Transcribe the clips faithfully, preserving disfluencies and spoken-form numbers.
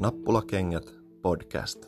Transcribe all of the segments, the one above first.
Nappulakengät podcast.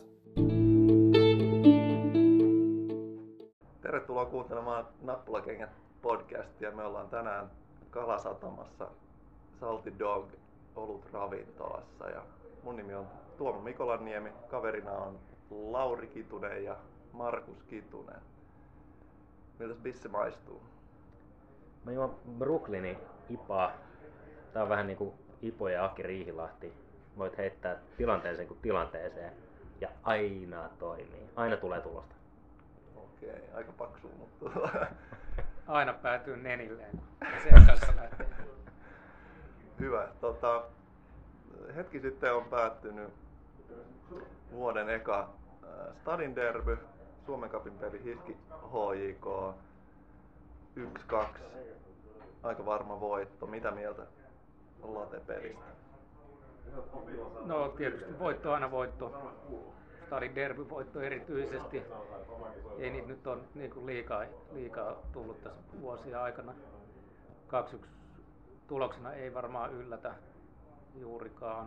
Tervetuloa kuuntelemaan Nappulakengät podcastia. Me ollaan tänään Kalasatamassa Salty Dog olut ravintolassa ja mun nimi on Tuomo Mikolanniemi. Kaverina on Lauri Kitunen ja Markus Kitunen. Miltäs bissi maistuu? Mä juon Brooklynin ipaa. Tää on vähän niinku Ipo ja Aki Riihilahti. Voit heittää tilanteeseen kuin tilanteeseen ja aina toimii. Aina tulee tulosta. Okei, aika paksu, mutta aina päätyy nenilleen, sen kanssa lähtee. Hyvä. Tota, hetki sitten on päättynyt vuoden eka Stadin derby, Suomen Cupin peli H I F K H J K yksi kaksi. Aika varma voitto. Mitä mieltä olette pelistä? No tietysti voitto on aina voitto. Stadin derby voitto erityisesti. Ei niitä nyt ole niin kuin liikaa, liikaa tullut tässä vuosien aikana. kaksi yksi tuloksena ei varmaan yllätä juurikaan.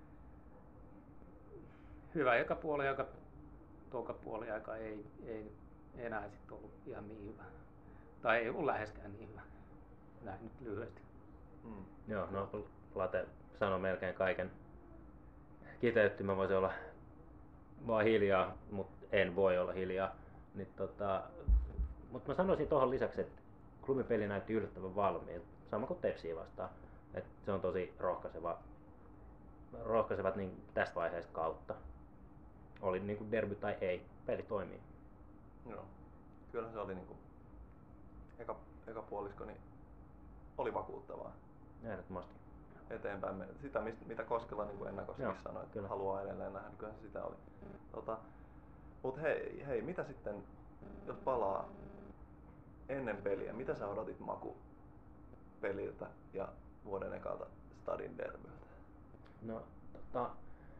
Hyvä eka puoli aika, toka puoli aika ei, ei enää sitten ollut ihan niin hyvä. Tai ei ollut läheskään niin hyvä. Näin nyt lyhyesti. Mm. Joo, no Late sanoi melkein kaiken. Kiteytti, mä voisin olla vaan hiljaa, mutta en voi olla hiljaa. Niin tota, mutta mä sanoisin tuohon lisäksi, että klubin peli näytti yllättävän valmiin. Sama kuin Tepsiä vastaan. Et se on tosi rohkaiseva, rohkaisevat niin tästä vaiheesta kautta. Oli niinku derby tai ei, peli toimii. Joo, kyllä se oli niinku eka, eka puolisko niin oli vakuuttavaa. Ehdottomasti. Eteenpäin. Sitä, mitä Koskela niin ennakossa sanoi, että kyllä haluaa edelleen nähdä, niin kyllä se sitä oli. Tota, mut hei, hei, mitä sitten, jos palaa ennen peliä, mitä sä odotit Maku peliltä ja vuoden ekalta Stadin derbyltä? No, tota,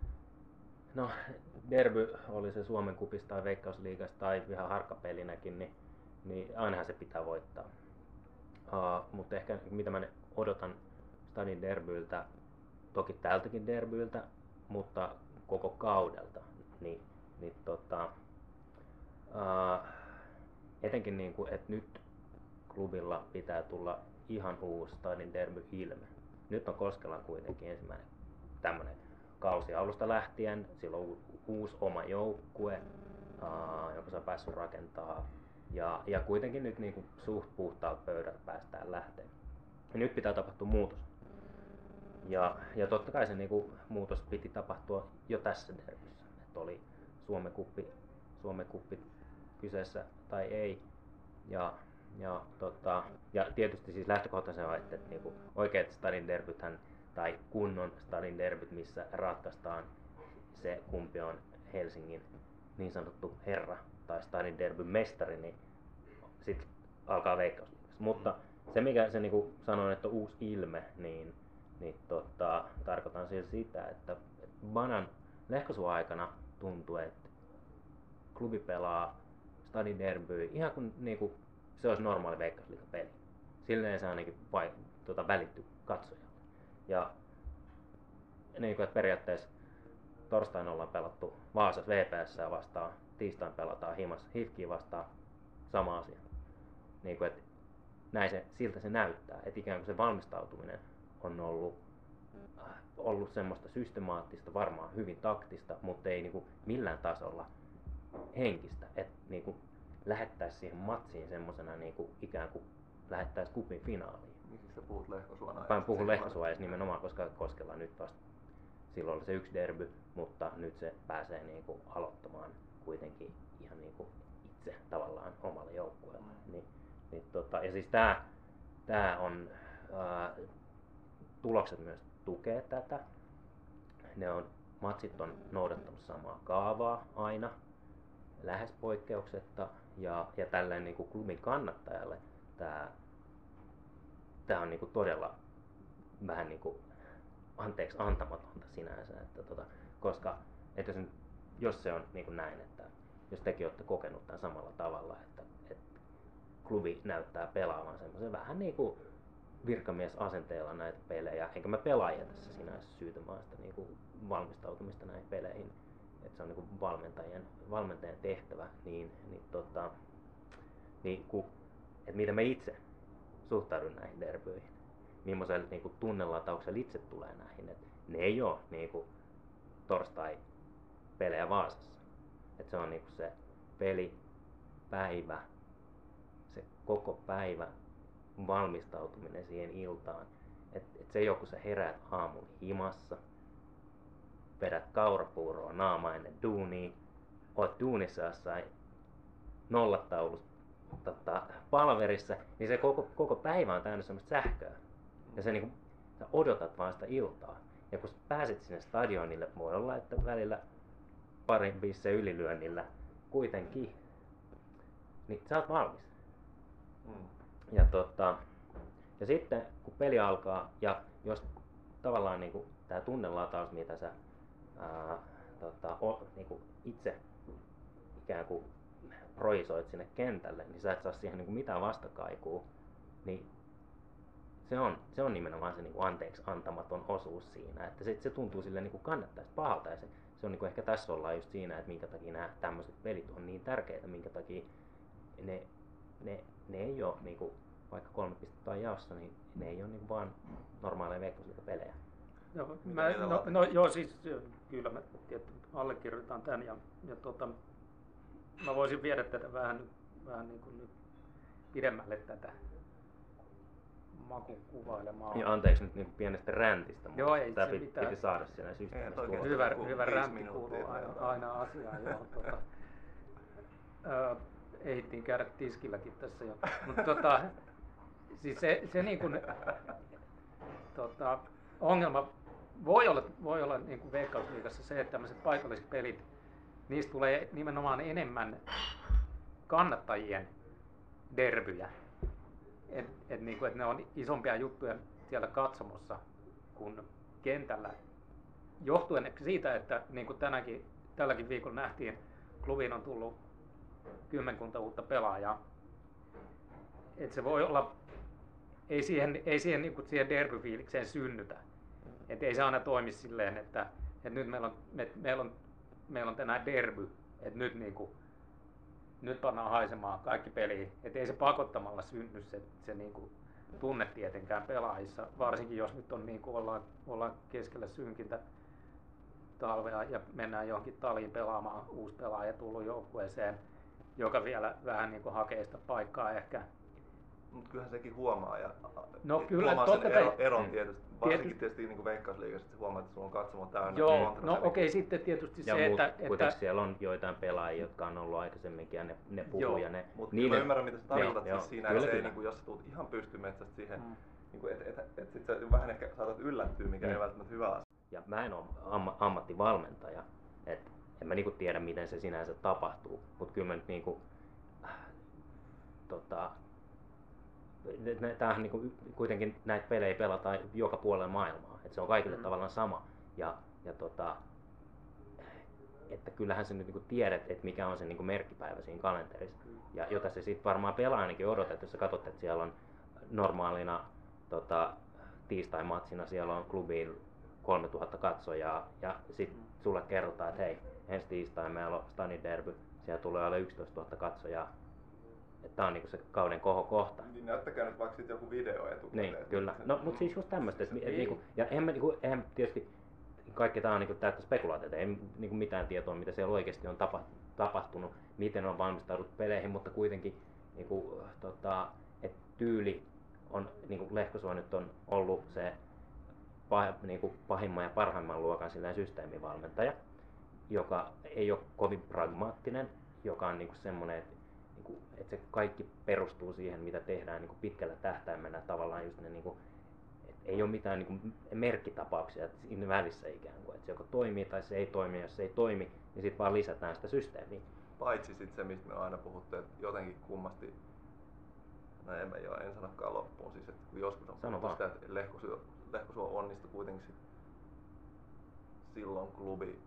no, derby oli se Suomen kupista tai Veikkausliigasta tai ihan harkkapelinäkin, niin, niin ainahan se pitää voittaa. Uh, mutta ehkä mitä mä odotan Stadin derbyltä, toki tältäkin derbyltä, mutta koko kaudelta, niin, niin tota, uh, etenkin niin kuin, että nyt klubilla pitää tulla ihan uusi Stadin derby-ilme. Nyt on Koskelan kuitenkin ensimmäinen tämmöinen kausi alusta lähtien, sillä on u- uusi oma joukkue, uh, jonka se on päässyt rakentamaan. Ja, ja kuitenkin nyt niin kuin suht puhtaalta pöydältä päästään lähteen. Ja nyt pitää tapahtua muutos. Ja, ja totta kai se niin kuin muutos piti tapahtua jo tässä derbyssä. Että oli Suomen kuppi, Suomen kuppi kyseessä tai ei. Ja, ja, tota, ja tietysti siis lähtökohtaisena on, että, että niin kuin oikeat Stadin derbythän, tai kunnon Stadin derbyt, missä ratkaistaan se kumpi on Helsingin niin sanottu herra tai Stadin derbyn mestari, niin sitten alkaa Veikkausliigassa. Mutta se mikä se niinku sanoin, että on uusi ilme, niin, niin tota, tarkoitan siis sitä, että Banan Lehkosuon aikana tuntuu, että klubi pelaa Stadin derbyä ihan kuin niinku se olisi normaali Veikkausliigapeli. Silleen se ainakin vai, tota, välittyy katsojalle. Ja niin kuin, että periaatteessa torstaina ollaan pelattu Vaasassa V P S vastaan, tiistain pelataan Himas H I F K vastaan, sama asia. Niin kuin, että näin se, siltä se näyttää, että ikään kuin se valmistautuminen on ollut, äh, ollut semmoista systemaattista, varmaan hyvin taktista, mutta ei niin kuin millään tasolla henkistä, että niin kuin lähettäisiin siihen matsiin semmoisena niin kuin ikään kuin lähettäisiin kupin finaaliin. Miksi sä puhut Lehkosuon ajasta? Mä puhun Lehkosuon ajasta nimenomaan, koska Koskela nyt vasta silloin oli se yksi derby, mutta nyt se pääsee niin kuin aloittamaan kuitenkin ihan niin kuin itse tavallaan omalla joukkueella. Mm. Niin, niin tota, ja siis tää, tää on, ää, tulokset myös tukee tätä. Ne on, matsit on noudattanut samaa kaavaa aina, lähes poikkeuksetta, ja, ja tälleen niin kuin klubin kannattajalle tää, tää on niin kuin todella vähän niin kuin anteeksi antamatonta sinänsä, että tota, koska että jos, jos se on niin kuin näin, että jos tekin olette kokenut tämän samalla tavalla, että, että klubi näyttää pelaavan semmoisen vähän niin kuin virkamiesasenteella näitä pelejä, enkä mä pelaajia tässä sinänsä syytämään sitä niin kuin valmistautumista näihin peleihin, että se on niin kuin valmentajien, valmentajan tehtävä, niin, niin, tota, niin ku, että miten mä itse suhtaudun näihin derbyihin, millaisella niin kuin tunnelatauksella itse tulee näihin, että ne ei ole niin kuin torstai-pelejä Vaasassa, että se on niin kuin se pelipäivä, se koko päivä valmistautuminen siihen iltaan. Et, et se ei ole, kun sä heräät aamulla himassa, vedät kaurapuuroa naama ennen duunia, oot duunissa jossain nollataulussa tota, palverissa, niin se koko, koko päivä on täynnä semmoista sähköä. Ja se, niin kun, sä odotat vaan sitä iltaa. Ja kun pääset sinne stadionille, voi olla, että välillä parin viisi ylilyönnillä kuitenkin, niin sä oot valmis. Mm. Ja, tota, ja sitten kun peli alkaa, ja jos tavallaan niin tämä tunnelataus, mitä sä ää, tota, o, niin kuin itse ikään kuin projisoit sinne kentälle, niin sä et saa siihen niin mitään vastakaikua, niin se on, se on nimenomaan se niin kuin anteeksi antamaton osuus siinä, että se, se tuntuu sille niin kuin kannattaisi pahalta, ja se, se on niin kuin ehkä tässä ollaan just siinä, että minkä takia nämä tämmöiset pelit on niin tärkeitä, minkä takia ne, ne, ne ei ole niin kuin, vaikka kolme pistettä on jaossa, niin ne ei ole niin vaan normaaleja veikkausliigapelejä. Joo, mä, no, no joo, siis kyllä mä tietty, allekirjoitan tämän ja, ja tota, mä voisin viedä tätä vähän, vähän niin kuin nyt pidemmälle tätä makun kuvailemaan. Ja anteeksi nyt niin pienestä räntistä, mutta joo, ei tämä se piti, mitään. piti saada siinä systeemissä. Hyvä, hyvä räntti kuuluu aina, aina asiaan. Joo, tota, ö, ehdittiin käydä tiskilläkin tässä jo. Mutta tota, siis se, se niin kuin, tota, ongelma voi olla, voi olla niin kuin Veikkausliigassa se, että tämmöiset paikalliset pelit, niistä tulee nimenomaan enemmän kannattajien derbyjä. Et, et niin kuin, et ne on isompia juttuja siellä katsomossa kuin kentällä. Johtuen siitä, että niin kuin tänäkin, tälläkin viikolla nähtiin, klubiin on tullut kymmenkunta uutta pelaajaa. Et se voi olla, ei siihen, ei siihen, niin kuin siihen derbyfiilikseen synnytä. Et ei se aina toimi silleen, että, että nyt meillä on, me, meillä on, meillä on tänään derby, että nyt, niin kuin, nyt pannaan haisemaan kaikki peliin. Et ei se pakottamalla synny se, se niin kuin tunne tietenkään pelaajissa, varsinkin jos nyt on niin kuin ollaan, ollaan keskellä synkintä talvea ja mennään johonkin taliin pelaamaan, uusi pelaaja tullut joukkueeseen, joka vielä vähän niin kuin hakee sitä paikkaa ehkä. Mutta kyllähän sekin huomaa ja no, kyllä, huomaa totta sen kai, ero, eron tietysti, varsinkin tietysti, tietysti niin kuin Veikkausliigassa, että huomaa, että sulla on katsomo täynnä. Joo, no okei, okay, sitten tietysti ja se, muut, että... kuitenkin että siellä on joitain pelaajia, jotka on ollut aikaisemminkin ja ne, ne puhuu joo, ja ne... Mutta niiden... mä ymmärrän, mitä sä tarkoitat siis siinä, kyllä, että se ei, kyllä. niin kuin, jos sä tulet ihan pystymetsästä siihen, mm. niin että et, et, et sit sä vähän ehkä saatat yllättyä, mikä mm. ei ole välttämättä hyvä asia. Ja mä en ole amma, ammattivalmentaja, että en mä niinku tiedä, miten se sinänsä tapahtuu, mutta kyllä mä nyt niinku... Äh, tota, Tämähän niinku, kuitenkin näitä pelejä pelataan joka puolella maailmaa, että se on kaikille mm. tavallaan sama. Ja, ja tota, että kyllähän sä nyt niinku tiedät, että mikä on se niinku merkkipäivä siinä kalenterissa. Mm. Ja jota se sitten varmaan pelaajanakin odotat, jos sä katsot, että siellä on normaalina tota, tiistai-matsina, siellä on klubiin kolmetuhatta katsojaa ja sitten mm. sulle kerrotaan, että hei, ensi tiistai meillä on Stadin derby, siellä tulee alle yksitoistatuhatta katsojaa. Tämä on niinku se kauden kohokohta. Niin näyttäkää nyt vaikka sitten joku video etukäteen. Niin, kyllä. No, mutta siis just tämmöistä. Niinku, ja eihän me niinku, eihän tietysti kaikki tämä on niinku täyttä spekulaatiota. Ei niinku mitään tietoa, mitä siellä oikeasti on tapahtunut, miten on valmistauduttu peleihin, mutta kuitenkin niinku, tota, et tyyli on, niinku Lehkosuo nyt on ollut se pah, niinku pahimman ja parhaimman luokan systeemivalmentaja, joka ei ole kovin pragmaattinen, joka on niinku semmoinen, että että se kaikki perustuu siihen, mitä tehdään niin kuin pitkällä tähtäimellä tavallaan just ne, niin kuin, että ei ole mitään niin kuin merkkitapauksia siinä välissä ikään kuin, että se joko toimii tai se ei toimi, jos se ei toimi, niin sitten vaan lisätään sitä systeemiä. Paitsi sitten se, mistä me on aina puhuttu, että jotenkin kummasti, no en mä jo, en sanokaan loppuun, siis että kun joskus on puhuttu sitä, että Lehkosuo, Lehkosuo onnistui kuitenkin sit silloin klubi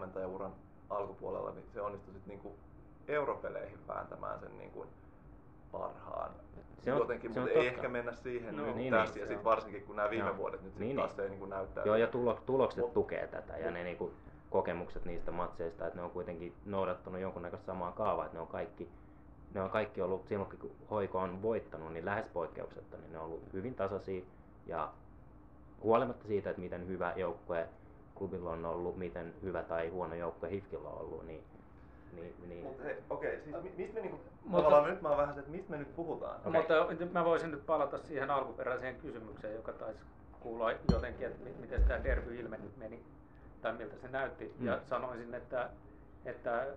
valmentajauran alkupuolella, niin se onnistui sitten niinku europeleihin vääntämään sen niin kuin parhaan. Se on, Jotenkin, se on mutta ei totta. ehkä mennä siihen No, nyt niin, tässä niin, ja se sit on. varsinkin kun nämä viime Joo. vuodet nyt sit Niin, taas niin. ei niin näyttää. Joo, ja tulo, tulokset Mut- tukee tätä ja ne niinku kokemukset niistä matseista, että ne on kuitenkin noudattanut jonkunnäköistä samaa kaavaa, että ne on kaikki, ne on kaikki ollut silloin, kun Hoiko on voittanut, niin lähes poikkeuksetta, niin ne on ollut hyvin tasaisia ja huolimatta siitä, että miten hyvä joukkue klubilla on ollut, miten hyvä tai huono joukkue Hifkillä on ollut, niin, niin, niin Mut hei, okei, siis mi- mistä me niinku, Mutta- tavallaan nyt mä oon vähän se, että mistä me nyt puhutaan? Okei. Mutta mä voisin nyt palata siihen alkuperäiseen kysymykseen, joka taisi kuulla jotenkin, että mi- miten tämä derby-ilme nyt meni, tai miltä se näytti. Mm. Ja sanoisin, että, että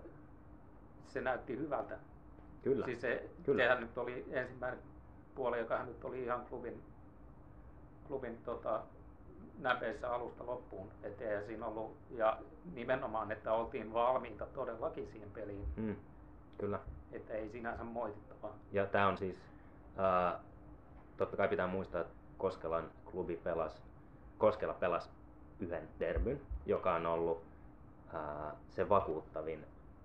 se näytti hyvältä. kyllä, Siis se, kyllä. sehän nyt oli ensimmäinen puoli, joka nyt oli ihan klubin, klubin tota, näpeissä alusta loppuun. Et eihän siinä ollut, ja nimenomaan, että oltiin valmiita todellakin siihen peliin. Mm, kyllä. Että ei sinänsä moitittavaa. Ja tämä on siis, ää, totta kai pitää muistaa, että Koskelan klubi pelasi, Koskela pelasi yhden derbyn, joka on ollut ää, se vakuuttavin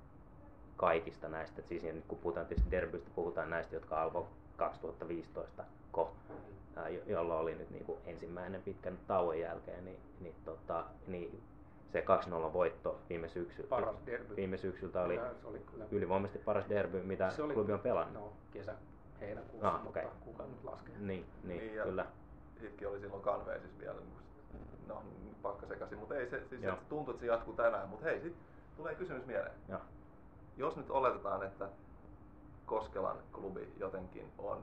kaikista näistä. Et siis nyt kun puhutaan tietysti derbyistä, puhutaan näistä, jotka alkoi kaksituhattaviisitoista kohta, ää, jo- jolloin oli nyt niinku ensimmäinen pitkän tauon jälkeen, niin, niin, tota, niin se kaksi nolla voitto viime, syksy, Paras derby. viime syksyltä oli Ja se oli kyllä ylivoimaisesti paras derby, mitä Se oli- klubi on pelannut. No, kesä, heinäkuussa, Ah, mutta okei. kuka nyt laskee? Niin, niin, Niin, ja kyllä. Hitki oli silloin kanveisissa vielä, niin kuin, no pakka sekaisin, mutta ei se, siis Joo. se tuntuu, että se jatkuu tänään. Mutta hei, sit tulee kysymys mieleen. Joo. Jos nyt oletetaan, että Koskelan klubi jotenkin on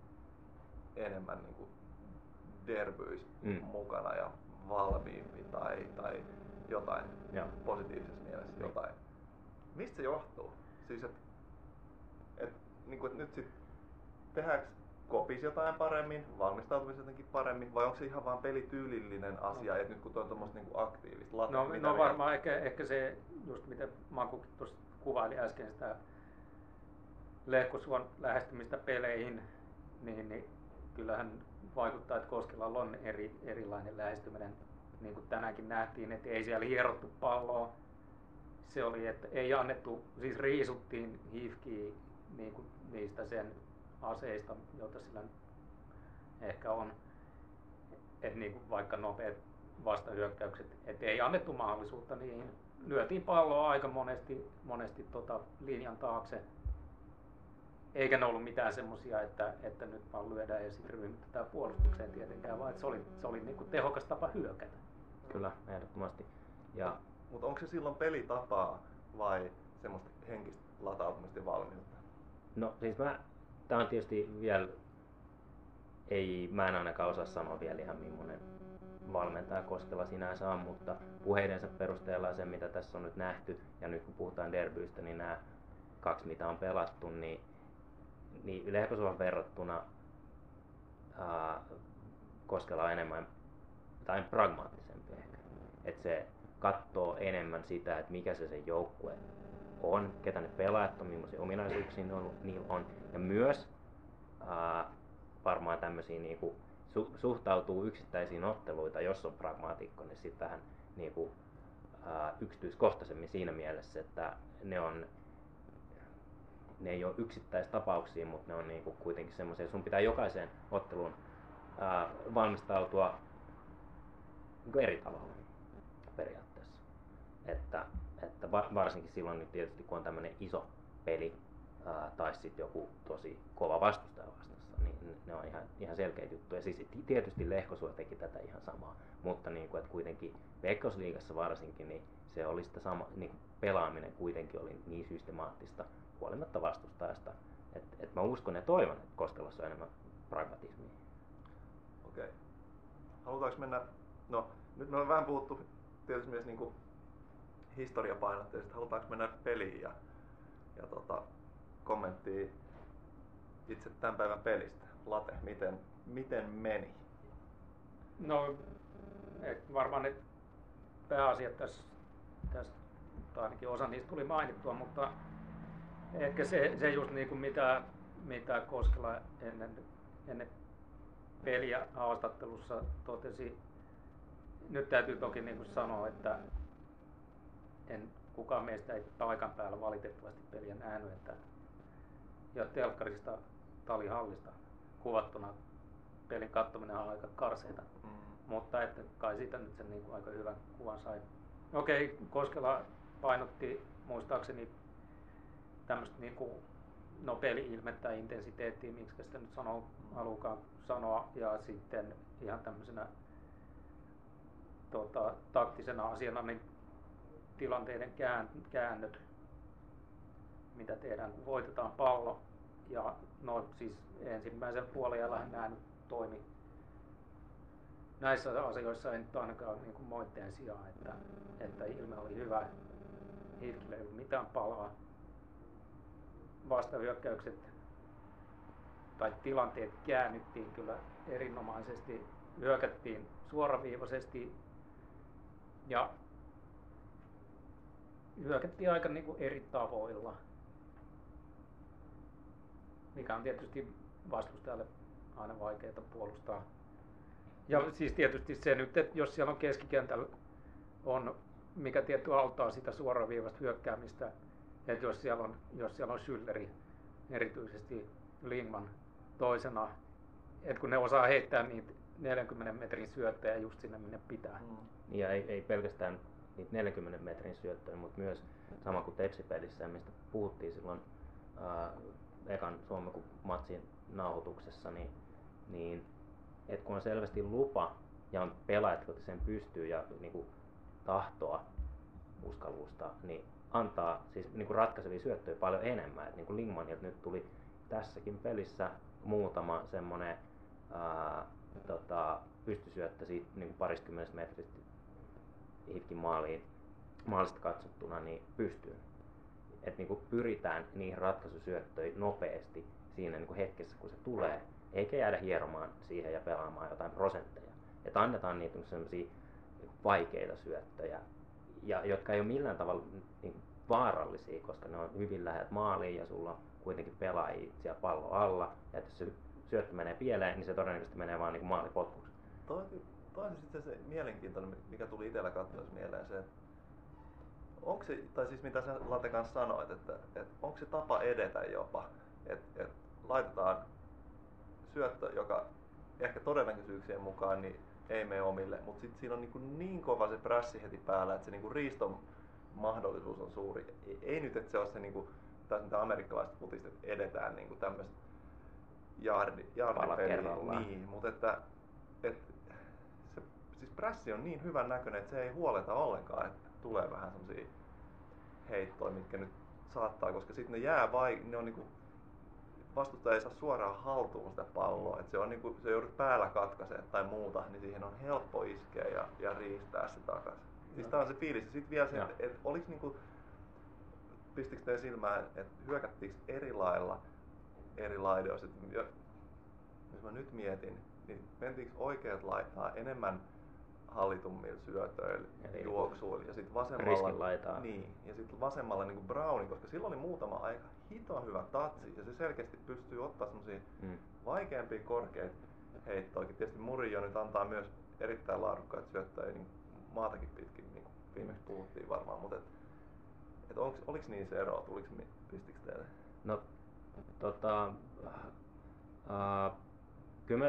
enemmän niin kuin derbyissä Mm. mukana ja valmiimpi tai, tai jotain Joo. positiivisessa mielessä Niin. jotain. Mistä se johtuu? Siis että et, niin et nyt sit tehdäänkö kopis jotain paremmin, valmistautumista jotenkin paremmin, vai onko se ihan vaan pelityylillinen asia, No. että nyt kun toi on tuommoista niinku aktiivista lata, No, mitä no vielä- varmaan ehkä, ehkä se, just mitä Makukin tuossa kuvaili äsken sitä Lehkosuon lähestymistä peleihin, niin, niin kyllähän vaikuttaa, että Koskelalla on eri, erilainen lähestyminen. Niin kuin tänäänkin nähtiin, että ei siellä hierottu palloa. Se oli, että ei annettu, siis riisuttiin Hifkiä niin kuin niistä sen aseista, joita sillä ehkä on. Että niin kuin vaikka nopeat vastahyökkäykset, että ei annettu mahdollisuutta niihin. Lyötiin palloa aika monesti, monesti tota linjan taakse. Eikä ne ollut mitään semmosia, että, että nyt vaan lyödään ja sitten ryhmitetään puolustukseen tietenkään, vaan että se oli, se oli niin kuin tehokas tapa hyökätä. Kyllä, ehdottomasti. Ja Mutta onko se silloin pelitapaa vai semmoista henkistä latautumista ja valmiutta? no siis mä, tää on tietysti vielä, ei, mä en ainakaan osaa sanoa vielä ihan millainen valmentaja Koskela sinänsä on, mutta puheidensa perusteella ja se mitä tässä on nyt nähty, ja nyt kun puhutaan derbyistä, niin nämä kaksi mitä on pelattu, niin, niin Lehkosuohon verrattuna ää, Koskela on enemmän tai pragmaattisempi ehkä. Että se katsoo enemmän sitä, että mikä se sen joukkue on, ketä ne pelaajat on, millaisia ominaisuuksia ne on, niillä on. Ja myös ää, varmaan tämmöisiä niinku, su, suhtautuu yksittäisiin otteluita, jos on pragmaatikko, niin sitten vähän niinku, ää, yksityiskohtaisemmin siinä mielessä, että ne on ne ei ole yksittäistapauksia, mutta ne on niinku kuitenkin semmoisia, sun pitää jokaiseen otteluun ää, valmistautua niinku eri tavalla periaatteessa. Että, että va- varsinkin silloin nyt tietysti kun on tämmöinen iso peli ää, tai sitten joku tosi kova vastustaja vastassa, niin ne on ihan, ihan selkeitä juttuja. Siis tietysti Lehkosuo teki tätä ihan samaa, mutta niin kuin, että kuitenkin Veikkausliigassa varsinkin, niin se oli sitä sama, niin kuin pelaaminen kuitenkin oli niin systemaattista huolimatta vastustajasta. Että et mä uskon ja toivon, että Koskelassa on enemmän pragmatismia. Okei. Halutaanko mennä, no nyt me on vähän puhuttu tietysti myös niinku historiapainotteisesti, halutaanko mennä peliin ja, ja tota, kommenttia itse tämän päivän pelistä. Late, miten, miten meni? No eh, varmaan ne pääasiat tässä, tässä, tai ainakin osa niistä tuli mainittua, mutta ehkä se, se just niin kuin mitä, mitä Koskela ennen, ennen peliä haastattelussa totesi. Nyt täytyy toki niin kuin sanoa, että en, kukaan meistä ei paikan päällä valitettavasti peliä nähnyt, että ja telkkarista talihallista kuvattuna. Pelin katsominen on aika karseita, mm. mutta että kai siitä nyt sen niin kuin aika hyvän kuvan sai. Okei, Koskela painotti muistaakseni tämmöistä niin kuin no peli-ilmettä, intensiteettiä, miksi sitä nyt sanoo, haluukaan sanoa, ja sitten ihan tämmöisenä tota, taktisena asiana niin tilanteiden käännöt, mitä tehdään, kun voitetaan pallo. Ja no siis ensimmäisellä puolella nämä nyt toimi. Näissä asioissa ei nyt ainakaan niin kuin moitteen sijaan, että, että ilme oli hyvä. Hifkillä ei ollut mitään palaa. Vastahyökkäykset tai tilanteet käännyttiin kyllä erinomaisesti. Hyökättiin suoraviivaisesti ja hyökättiin aika niin kuin eri tavoilla, mikä on tietysti vastustajalle aina vaikeaa puolustaa. Ja siis tietysti se nyt, että jos siellä on keskikentällä on, mikä tietty auttaa sitä suoraviivasta hyökkäämistä, että jos siellä on, jos siellä on Schülleri, erityisesti Lindman toisena, että kun ne osaa heittää niitä neljänkymmenen metrin syöttejä just sinne minne pitää. Mm. Ja ei, ei pelkästään niitä neljänkymmenen metrin syöttöjä, mutta myös sama kuin Tepsi-pelissä, mistä puhuttiin silloin ää, ekan Suomi-matsin nauhoituksessa, niin, niin että kun on selvästi lupa ja on pelaajat, jotka sen pystyy ja niin kuin tahtoa, uskallusta, niin antaa siis niin kuin ratkaisevia syöttöjä paljon enemmän. Et niin kuin Lindmanilta nyt tuli tässäkin pelissä muutama semmoinen ää, tota, pystysyöttö siitä niin kuin paristakymmenestä metristä Hifkin maaliin, maalista katsottuna, niin pystyy. Et niin kuin pyritään niihin ratkaisusyöttöihin nopeasti siinä niin kuin hetkessä, kun se tulee, eikä jäädä hieromaan siihen ja pelaamaan jotain prosentteja. Että annetaan niitä sellaisia vaikeita syöttöjä, ja, jotka ei ole millään tavalla niin vaarallisia, koska ne on hyvin läheltä maaliin ja sulla on kuitenkin pelaajia siellä pallon alla. Ja jos se syöttö menee pieleen, niin se todennäköisesti menee vaan niin maalipotkuksi. Toi, toi on sitten se mielenkiintoinen, mikä tuli itsellä katsoessa mieleen, se, onko se, tai siis mitä sä Late kanssa sanoit, että, että onko se tapa edetä jopa, että, että laitetaan syöttö, joka ehkä todennäköisyyksien mukaan niin ei mene omille, mutta sitten siinä on niin, niin kova se prässi heti päällä, että se niin riiston mahdollisuus on suuri. Ei nyt, että se ole se niin kuin, taas mitä amerikkalaiset futista, että edetään niin tämmöistä jaardi, jaardipeliä, niin, mutta että, että se, siis prässi on niin hyvän näköinen, että se ei huoleta ollenkaan, että tulee vähän semmosia heittoja, mitkä nyt saattaa, koska sitten ne jää vai, ne on niinku, vastustaja ei saa suoraan haltuun sitä palloa, että se on niinku, se joudut päällä katkaisee tai muuta, niin siihen on helppo iskeä ja, ja riistää se takas. Siis tää on se fiilis. Sitten vielä se, että et oliks niinku, pistikö teidän silmään, että hyökättiinkö eri lailla eri laidoissa? Jos mä nyt mietin, niin mentiinkö oikeat laitaa enemmän hallitummilla syötöillä, juoksuilla ja sitten vasemmalla, niin, ja sit vasemmalla niin kuin Browni, koska sillä oli muutama aika hiton hyvä tatsi ja se selkeästi pystyy ottaa semmosia mm. vaikeampia korkeita heittoja. Tietysti Murillo nyt antaa myös erittäin laadukkaita syöttöjä niin maatakin pitkin, niin kuin viimeksi puhuttiin varmaan, mutta et, et onks, oliks niin se ero, tuliks, pistikö teille? No tota, uh, kyllä mä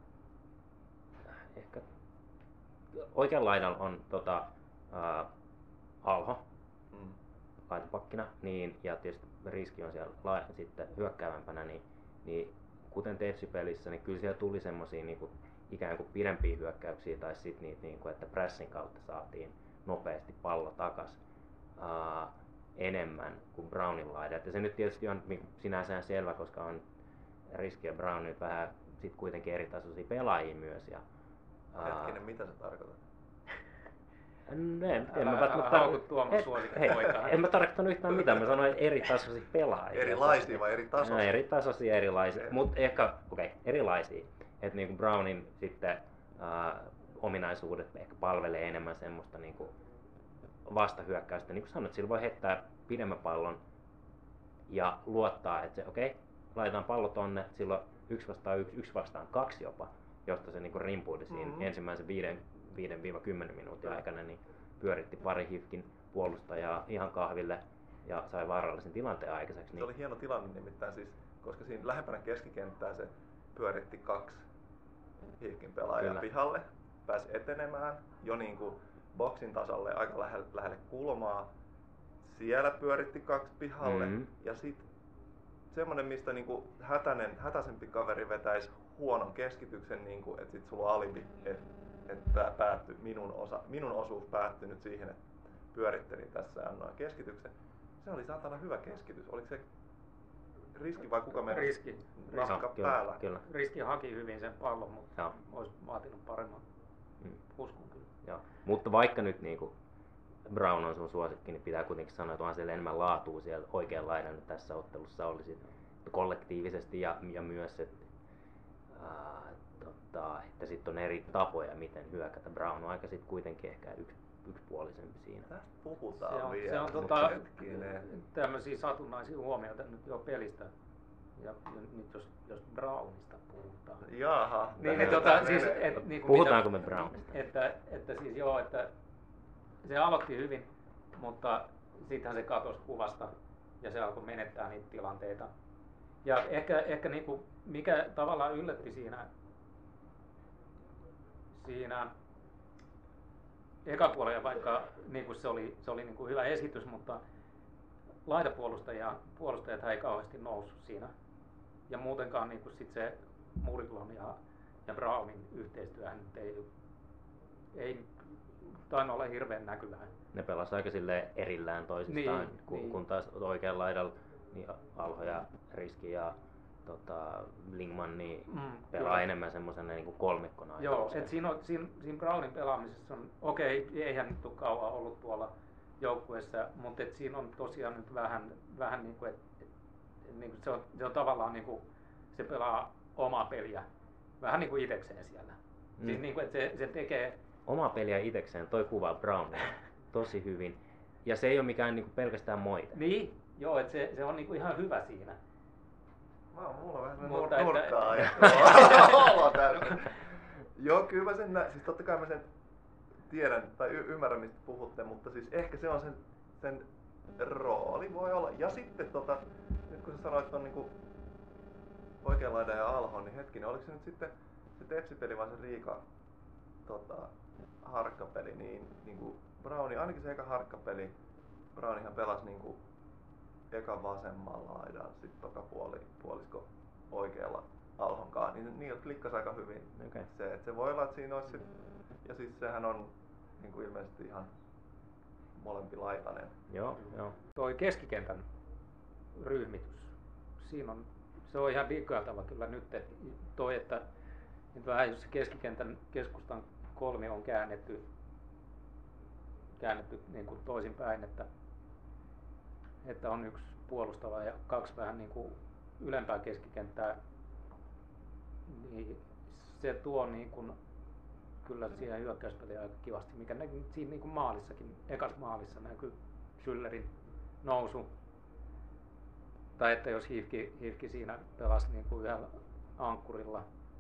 ehkä oikean laidalla on tota, uh, Alho mm. laitapakkina, niin, ja tietysti riski on siellä la- sitten hyökkäävämpänä, niin, niin kuten Tepsi-pelissä, niin kyllä siellä tuli semmosia niinku, ikään kuin pidempiä hyökkäyksiä, tai sitten niitä, niinku, että pressin kautta saatiin nopeasti pallo takas uh, enemmän kuin Brownin laidat. Ja se nyt tietysti on sinänsä selvä, koska on riski ja Brown nyt vähän sit kuitenkin eri tasoisia pelaajia myös. Ja, hetkinen, uh, mitä sä tarkoitat? No, en, en, älä, mä, älä mutta, hauku Tuomas suosikkipoikaa. En mä tarkoittanut yhtään mitään, mä sanoin eri tasoisia pelaajia. Erilaisia vai eri tasoisia? No, eri tasoisia, erilaisia, mutta ehkä, okei, okay, erilaisia. Että niinku Brownin sitten uh, ominaisuudet ehkä palvelee enemmän semmoista niinku vastahyökkäystä. Niin kuin sanoit, sillä voi heittää pidemmän pallon ja luottaa, että se okei, okay, laitetaan pallo tonne, silloin yksi vastaan yksi, yksi vastaan kaksi jopa, josta se niinku rimpuili siinä mm-hmm. ensimmäisen viiden kymmenen minuutin aikana, niin pyöritti pari Hifkin puolustajaa ihan kahville ja sai vaarallisen tilanteen aikaiseksi. Se oli hieno tilanne nimittäin siis, koska siinä lähempänä keskikenttää se pyöritti kaksi Hifkin pelaajaa Kyllä. pihalle, pääsi etenemään jo niinku boksin tasolle aika lähelle, lähelle kulmaa. Siellä pyöritti kaksi pihalle Mm-hmm. ja sitten semmonen, mistä niinku hätäinen, hätäisempi kaveri vetäisi huonon keskityksen, niinku, että sit sulla on alibi, että et päätty, minun, osa, minun osuus päättyi nyt siihen, että pyörittelin tässä ja annoin keskityksen. Se oli saatana hyvä keskitys. Oliko se riski vai kuka meni Riski. nahka Kyllä, päällä? kyllä. Riski haki hyvin sen pallon, mutta Joo. olisi vaatinut paremman Mm. uskon kyllä. Joo. Mutta vaikka nyt niinku Brown on sun suosikki, niin pitää kuitenkin sanoa, että onhan siellä enemmän laatua siellä oikean laidan tässä ottelussa olisi kollektiivisesti ja, ja myös, että, ää, tota, että sitten on eri tapoja, miten hyökätä. Brown on aika sitten kuitenkin ehkä yksi, yksipuolisempi siinä. Tästä puhutaan Se on, vielä. se on mutta tota, hetkinen. tämmöisiä satunnaisia huomioita nyt jo pelistä. Ja, ja nyt jos, jos Brownista puhutaan. Jaha. Niin, tähän niin, tota, tämä siis, menee. et, niin kuin Puhutaanko mitä, me Brownista? Että, että siis joo, että se aloitti hyvin, mutta sittenhän se katosi kuvasta ja se alkoi menettää niitä tilanteita. Ja ehkä, ehkä niin kuin, mikä tavallaan yllätti siinä, siinä ekapuolella, vaikka niin kuin se oli, se oli niin kuin hyvä esitys, mutta laitapuolustajat puolustajat ei kauheasti noussut siinä. Ja muutenkaan niin kuin sit se Muriklon ja, ja Brownin yhteistyöhän nyt ei, ei tainnut olla hirveän näkyvää. Ne pelas aika silleen erillään toisistaan, Niin, kun, niin. kun taas oikealla laidalla niin Alho ja Riski ja tota, Lingman niin Mm, pelaa kyllä. enemmän semmosena niin kuin kolmikkona. Joo, aika et usein. siinä, on, siinä, siinä Brownin pelaamisessa on, okei, eihän nyt ole kauan ollut tuolla joukkueessa, mutta et siinä on tosiaan nyt vähän, vähän niin kuin, et, et, et, niin kuin se, on, se on tavallaan niin kuin, se pelaa omaa peliä, vähän niin kuin itekseen siellä. Mm. Siis niin kuin, että se, se tekee, Oma peliä itekseen, toi kuvaa Brownia tosi hyvin. Ja se ei ole mikään niin kuin pelkästään moite. niin, joo, että se, se on niin kuin ihan hyvä siinä. Mä oon mulla vähän Mutta nur- että- nurkkaa ajattelua tässä. Joo, kyllä mä sen näen. Siis totta kai mä sen tiedän tai y- ymmärrän mistä puhutte, mutta siis ehkä se on sen, sen rooli voi olla. Ja sitten tota, nyt kun sä sanoit on niinku oikean laidan ja Alho, niin hetkinen, oliko se nyt sitten se Tepsi-peli vai se Riika tota, harkkapeli, niin niinku Browni, ainakin se eka harkkapeli, Brownihan pelasi niinku eka vasemmalla laidan, sitten toka puoli, puolisko oikealla Alhonkaan, niin niillä klikkasi aika hyvin. Okay. Se, että se voi olla, että siinä olisi sit, ja siis sehän on niin kuin ilmeisesti ihan molempilaitainen. Joo, joo. Toi keskikentän ryhmitys, siinä on, se on ihan diggailtava kyllä nyt, että toi, että nyt vähän jos se keskikentän keskustan kolmi on käännetty, käännetty niin kuin toisinpäin, että, että on yksi puolustava ja kaksi vähän niin kuin ylempää keskikenttää, niin se tuo niin kuin kyllä siihen hyökkäyspeliin aika kivasti, mikä näkyy siinä niin kuin maalissakin, ekas maalissa näkyy Schüllerin nousu. Tai että jos Hifki, Hifki siinä pelasi niin kuin yhdellä ankkurilla,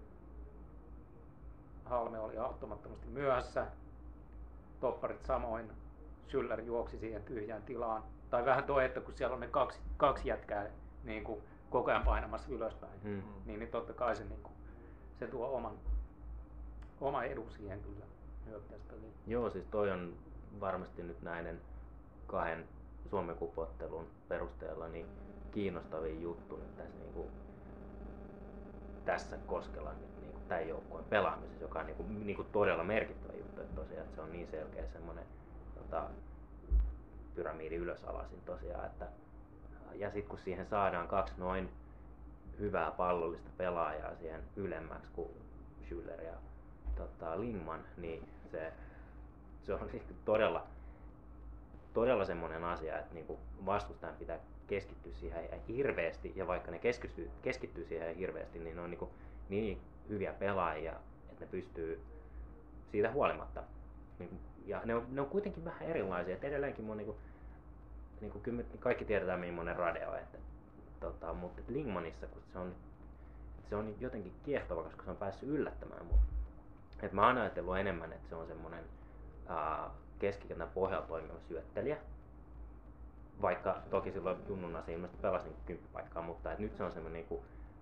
Halme oli auttamattomasti myöhässä, topparit samoin, Schüller juoksi siihen tyhjään tilaan. Tai vähän tuo, että kun siellä on ne kaksi, kaksi jätkää niin kuin koko ajan painamassa ylöspäin, Mm. niin, niin totta kai se, niin kuin, se tuo oman, oma edun siihen kyllä hyökkäyspeliin. Joo, siis toi on varmasti nyt näiden kahden Suomen Cup-ottelun perusteella niin kiinnostavin juttu nyt tässä, niin kuin, tässä Koskelan niin kuin, tämän joukkueen pelaamisessa, joka on niin kuin, niin kuin todella merkittävä juttu, että tosiaan että se on niin selkeä semmoinen tota, pyramidi ylösalasin tosiaan, että ja sitten kun siihen saadaan kaksi noin hyvää pallollista pelaajaa siihen ylemmäksi kuin Schüller ja tota, Lingman, niin se, se on todella, todella semmoinen asia, että niinku vastustajan pitää keskittyä siihen ihan hirveästi, ja vaikka ne keskittyy, keskittyy siihen ihan hirveästi, niin ne on niinku niin hyviä pelaajia, että ne pystyy siitä huolimatta. Niinku, ja ne on, ne on kuitenkin vähän erilaisia, että edelleenkin mun niinku, niinku, kyllä me kaikki tiedetään millainen Rade on, että, tota, mutta Lingmanissa, kun se on, se on jotenkin kiehtova, koska se on päässyt yllättämään mut. Et mä oon ajatellut enemmän, että se on semmonen ää, keskikentän pohjalla toimiva syöttelijä. vaikka toki silloin junnuna se ilmeisesti pelasi niin kymppipaikkaa, mutta et nyt se on semmoinen niin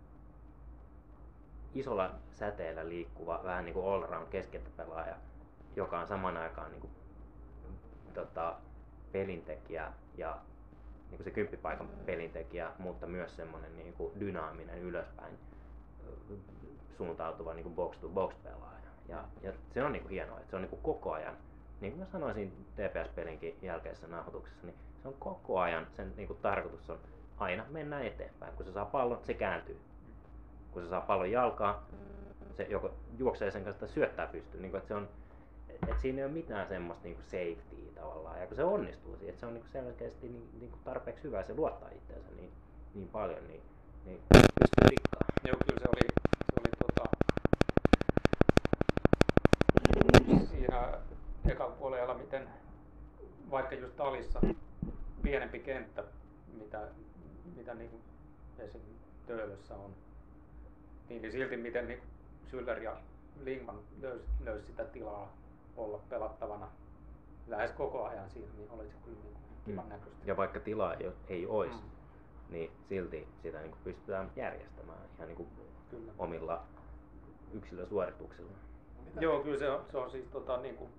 isolla säteellä liikkuva, vähän niin kuin all-round keskentäpelaaja, joka on saman aikaan niin kuin, tota, pelintekijä ja niin kuin se kymppipaikan pelintekijä, mutta myös semmoinen niin kuin dynaaminen ylöspäin suuntautuva niin kuin box-to-box pelaaja. Ja, ja se on niin kuin hienoa, että se on niin kuin koko ajan, niin kuin mä sanoisin T P S-pelinkin jälkeisessä nauhoituksessa, niin se on koko ajan, sen niin kuin tarkoitus on aina mennä eteenpäin. Kun se saa pallon, se kääntyy. Kun se saa pallon jalkaan, se joko juoksee sen kanssa tai syöttää pystyyn. Niin kuin, että se on, että siinä ei ole mitään semmoista niin kuin safetyä tavallaan. Ja kun se onnistuu siihen, että se on niin kuin selkeästi niin, niin kuin tarpeeksi hyvä ja se luottaa itseensä niin, niin paljon, niin, niin pystyy rikkaan. Joo, kyllä se oli, se oli tota, siinä ekan puolella, miten vaikka just Alissa pienempi kenttä, mitä, mitä niin kuin esim. Töölössä on, niin, niin silti miten niin Schüller ja Lingman löysi, löysi sitä tilaa olla pelattavana lähes koko ajan siinä, niin oli se kyllä niin kivan näköistä. Ja vaikka tilaa ei, ei olisi, Mm. niin silti sitä niin kuin pystytään järjestämään ihan niin kuin Kyllä. omilla yksilösuorituksilla. Joo, kyllä se on, se on siis tota, niin kuin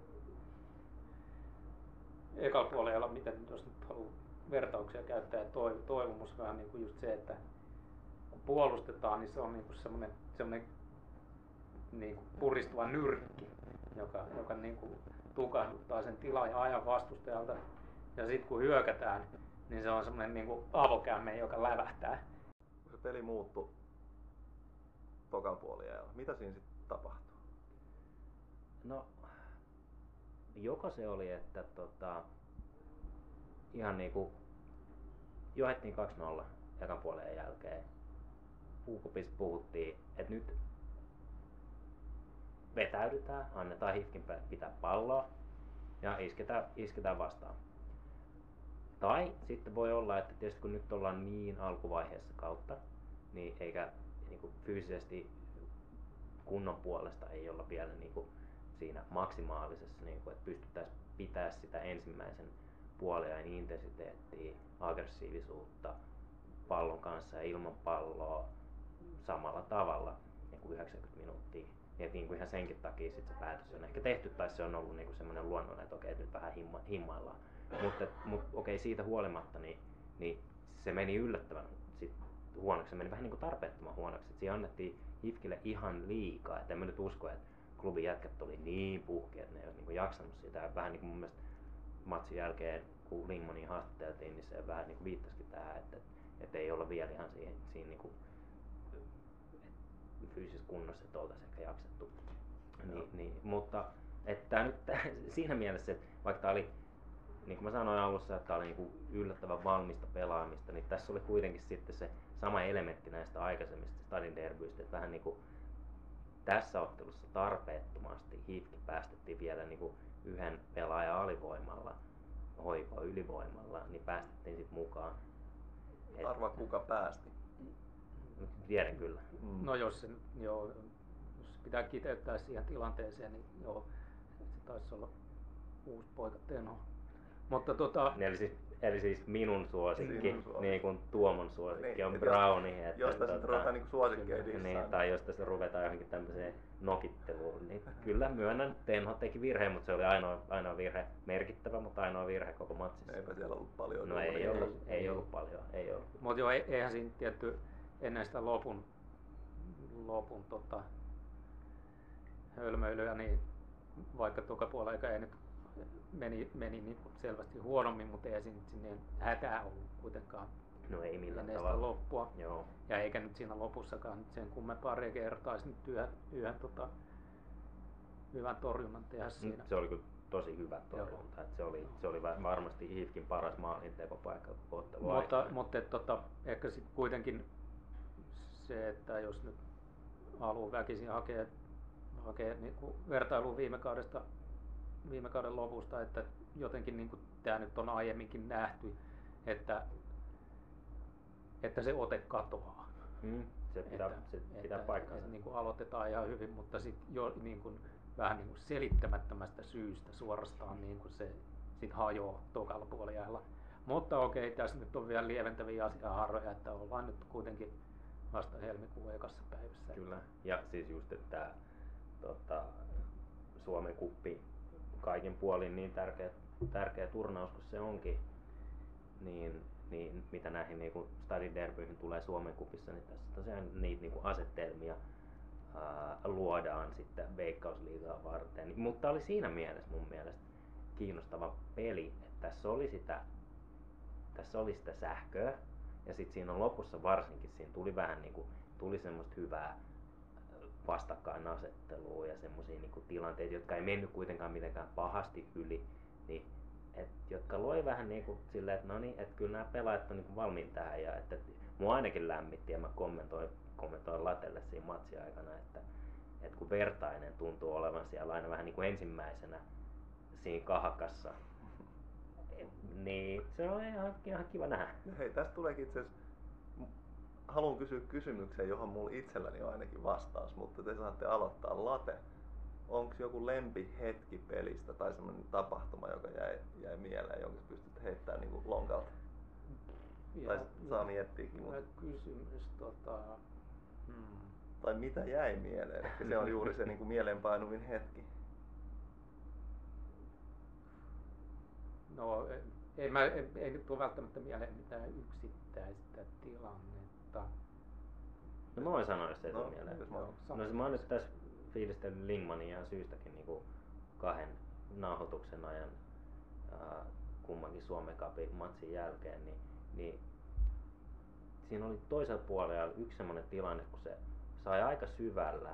ekalla puolella, miten jos nyt haluaa vertauksia käyttää, ja toiv- toivomus vähän niin kuin just se, että kun puolustetaan, niin se on niin kuin semmoinen, semmoinen niin kuin puristuva nyrkki, joka, joka niin kuin tukahduttaa sen tilan ja ajan vastustajalta. Ja sitten kun hyökätään, niin se on semmoinen niin kuin avokämme, joka lävähtää. Kun se peli muuttui tokan puoliajalla, mitä siinä sitten tapahtui? No, joko se oli, että tota, ihan niinku johdettiin kaksi nolla ekan puolen jälkeen. Puukopissa puhuttiin, että nyt vetäydytään, annetaan Hifkin pitää palloa ja isketään, isketään vastaan. Tai sitten voi olla, että tietysti kun nyt ollaan niin alkuvaiheessa kautta, niin eikä niinku fyysisesti kunnon puolesta ei olla vielä niinku siinä maksimaalisessa, niinku, että pystyttäisiin pitää sitä ensimmäisen puoliajan intensiteettiä, aggressiivisuutta pallon kanssa ja ilman palloa samalla tavalla niin kuin yhdeksänkymmentä minuuttia. Ja niin kuin ihan senkin takia sit se päätös on ehkä tehty, tai se on ollut niin semmoinen luonnollinen, että okei, nyt vähän himma, himmaillaan. Mutta mut, okei, siitä huolimatta, niin, niin se meni yllättävän sit huonoksi. Se meni vähän niin kuin tarpeettoman huonoksi. Et siinä annettiin Hifkille ihan liikaa. Et en mä nyt usko, että klubin jätkät oli niin puhki, että ne ei ole niin kuin jaksanut sitä. Ja vähän niin kuin mun mielestä matsin jälkeen, kun Lingmanin haastateltiin, niin se vähän niin kuin viittasikin tähän, että, että ei olla vielä ihan siihen, siinä niin kuin fyysisessä kunnossa, että oltaisiin ehkä jaksettu. Niin, niin, mutta että nyt siinä mielessä, että vaikka tämä oli, niin kuin mä sanoin alussa, että tämä oli niin kuin yllättävän valmista pelaamista, niin tässä oli kuitenkin sitten se sama elementti näistä aikaisemmista Stadin derbyistä, että vähän niin kuin tässä ottelussa tarpeettomasti Hifki päästettiin vielä niin kuin yhden pelaajan alivoimalla, Hoiko ylivoimalla, niin päästettiin sitten mukaan. Et, Arvaa kuka päästi. Tiedän kyllä. Mm. No jos se, joo, jos pitää kiteyttää siihen tilanteeseen, niin joo, se taisi olla uusi poika Tenho. Mutta tota... Eli siis, eli siis minun suosikki, Sinun suosikki. niin kuin Tuomon suosikki Niin, on et Browni. Jos, jos tässä ruvetaan niinku suosikkeja niin, dissaan. tai jos tässä ruvetaan johonkin tämmöiseen nokitteluun, niin kyllä myönnän, Tenho teki virheen, mutta se oli ainoa, ainoa virhe, merkittävä, mutta ainoa virhe koko matsissa. Eipä siellä ollut paljon. No ei ollut, ei ollut paljon, ei ollut. Mutta joo, eihän siinä tietty ennen sitä lopun, lopun tota, hölmöilyä, niin vaikka toka puolella ei nyt meni, meni niin selvästi huonommin, mutta ei siinä sinne hätää ollut kuitenkaan No ei millään ennen sitä tavalla. loppua. Joo. Ja eikä nyt siinä lopussakaan nyt sen kummempaa rekertaisi nyt yhden, yhden tota, hyvän torjunnan tehdä siinä. Se oli kyllä tosi hyvä torjunta. Et se oli, se oli varmasti Hifkin paras maalintekopaikka koko ottelun Mutta, aikana. mutta et, tota, ehkä sitten kuitenkin se, että jos nyt haluaa väkisin hakea, hakea niin kuin vertailua viime kaudesta, viime kauden lopusta, että jotenkin niin kuin tämä nyt on aiemminkin nähty, että, että se ote katoaa. Mm, se pitää, että, se pitää että, paikkansa. että, niin kuin aloitetaan ihan hyvin, mutta sitten jo niin kuin, vähän niin kuin selittämättömästä syystä suorastaan niin kuin se sit hajoaa tokalla puoliajalla. Mutta okei, tässä nyt on vielä lieventäviä asiahaaroja, että ollaan nyt kuitenkin vasta helmikuun ekassa päivässä. Kyllä, ja siis just, että tota, Suomen kuppi kaikin puolin niin tärkeä, tärkeä turnaus kuin se onkin, niin, niin mitä näihin niin Stadin derbyihin tulee Suomen kupissa, niin tässä tosiaan niitä niin kuin asetelmia ää, luodaan sitten Veikkausliigaa varten. Mutta oli siinä mielessä mun mielestä kiinnostava peli, että tässä oli sitä, tässä oli sitä sähköä, ja sitten siinä lopussa varsinkin siinä tuli vähän niin kuin, tuli semmoista hyvää vastakkainasettelua ja semmoisia niin kuin tilanteita, jotka ei mennyt kuitenkaan mitenkään pahasti yli, niin et, jotka loi vähän niin kuin silleen, että no niin, että kyllä nämä pelaajat on niin kuin valmiin tähän, ja että mua ainakin lämmitti, ja mä kommentoin, kommentoin Latelle siinä matsin aikana, että, että kun Vertainen tuntuu olevan siellä aina vähän niin kuin ensimmäisenä siinä kahakassa, niin se on ihan, ihan kiva nähdä. Hei, tästä tuleekin itse asiassa, haluan kysyä kysymyksen, johon mulla itselläni on ainakin vastaus, mutta te saatte aloittaa. Late, onko joku lempihetki pelistä tai semmoinen tapahtuma, joka jäi, jäi mieleen, jonka pystyt heittämään niin kuin lonkalta? Ja, tai saa miettiäkin. Mutta... kysymys, tota... Hmm. Tai mitä jäi mieleen, että se on juuri se niin kuin mieleenpainuvin hetki. No, ei, mä, ei, ei nyt tule välttämättä mieleen mitään yksittäistä tilannetta. No mä voin sanoa, jos ei no, tule mieleen. No, no, mä oon nyt tässä fiilistellyt Lingmanin ihan syystäkin niin kuin kahden nauhoituksen ajan äh, kummankin Suomen Cupin matsin jälkeen, niin, niin siinä oli toisella puolella yksi semmoinen tilanne, kun se sai aika syvällä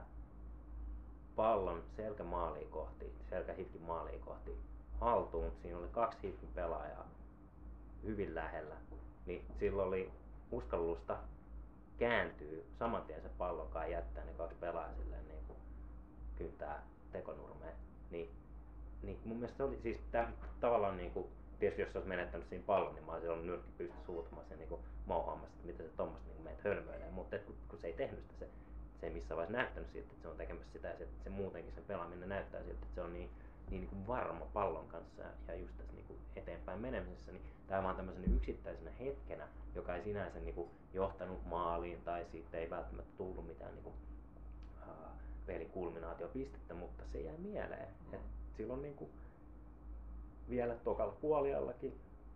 pallon selkämaaliin kohti, selkähifkin maaliin kohti haltuun. Siinä oli kaksi hifkin pelaajaa hyvin lähellä, niin silloin oli uskallusta kääntyy saman tien se pallonkaan jättää ne kaksi pelaajaa silleen niin kuin kyntää tekonurmeen. Niin, niin mun mielestä se oli siis täm, tavallaan niin kuin, tietysti jos se olisi menettänyt siinä pallon, niin mä olisin ollut nyrkki pystyssä suutamaan sen niin mauhaamassa, että miten se tommoista niin meitä hölmöilee. Mutta kun, kun se ei tehnyt sitä, se, se ei missään vaiheessa näyttänyt siltä, että se on tekemässä sitä ja se, se muutenkin sen pelaaminen näyttää siltä, että se on niin, niin, niin kuin varma pallon kanssa ja just tässä niin kuin eteenpäin menemisessä, niin tämä vaan tämmöisenä yksittäisenä hetkenä, joka ei sinänsä niin kuin johtanut maaliin tai siitä ei välttämättä tullut mitään niin kuin, uh, pelikulminaatiopistettä, mutta se jäi mieleen. Mm. Et silloin niin kuin vielä tokalla puoliallakin,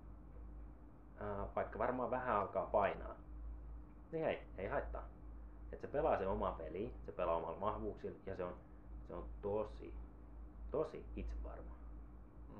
uh, vaikka varmaan vähän alkaa painaa, niin hei, ei haittaa. Et se pelaa se oma peli, se pelaa omalla vahvuuksilla ja se on, se on tosi, tosi itsevarma. Mm.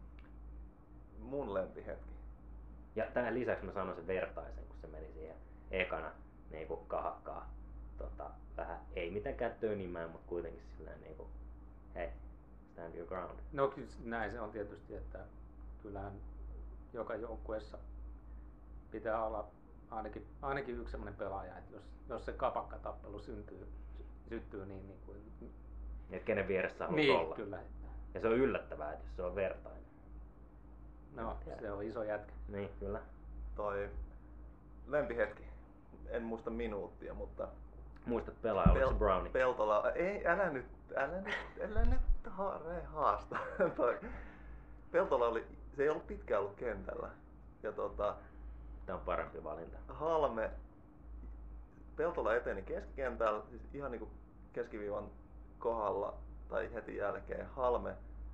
Mun lempihetki. Ja tämän lisäksi mä sanon sen Vertaisen, kun se meni siihen ekana niin kuin kahakkaa. Tota, vähän, ei mitenkään tönimään, mutta kuitenkin silleen niin kuin, hei, stand your ground. No kyllä näin se on tietysti, että kyllähän joka joukkueessa pitää olla ainakin, ainakin yksi sellainen pelaaja, että jos, jos se kapakkatappelu syntyy, syttyy niin, niin kuin... Et kenen vieressä haluat niin, olla. Kyllä. Ja se on yllättävää, että jos se on Vertainen. No, se on iso jätkä. Niin, kyllä. Toi lempihetki. En muista minuuttia, mutta... Muistat pelaaja, oliko se Brownie? Peltola... Ei, älä nyt, älä nyt, älä nyt ha, haasta. Toi. Peltola oli... Se ei ollut pitkään ollut kentällä. Ja tota... Tämä on parempi valinta. Halme... Peltola eteni keskikentällä, siis ihan niinku keskiviivan kohdalla tai heti jälkeen. Halme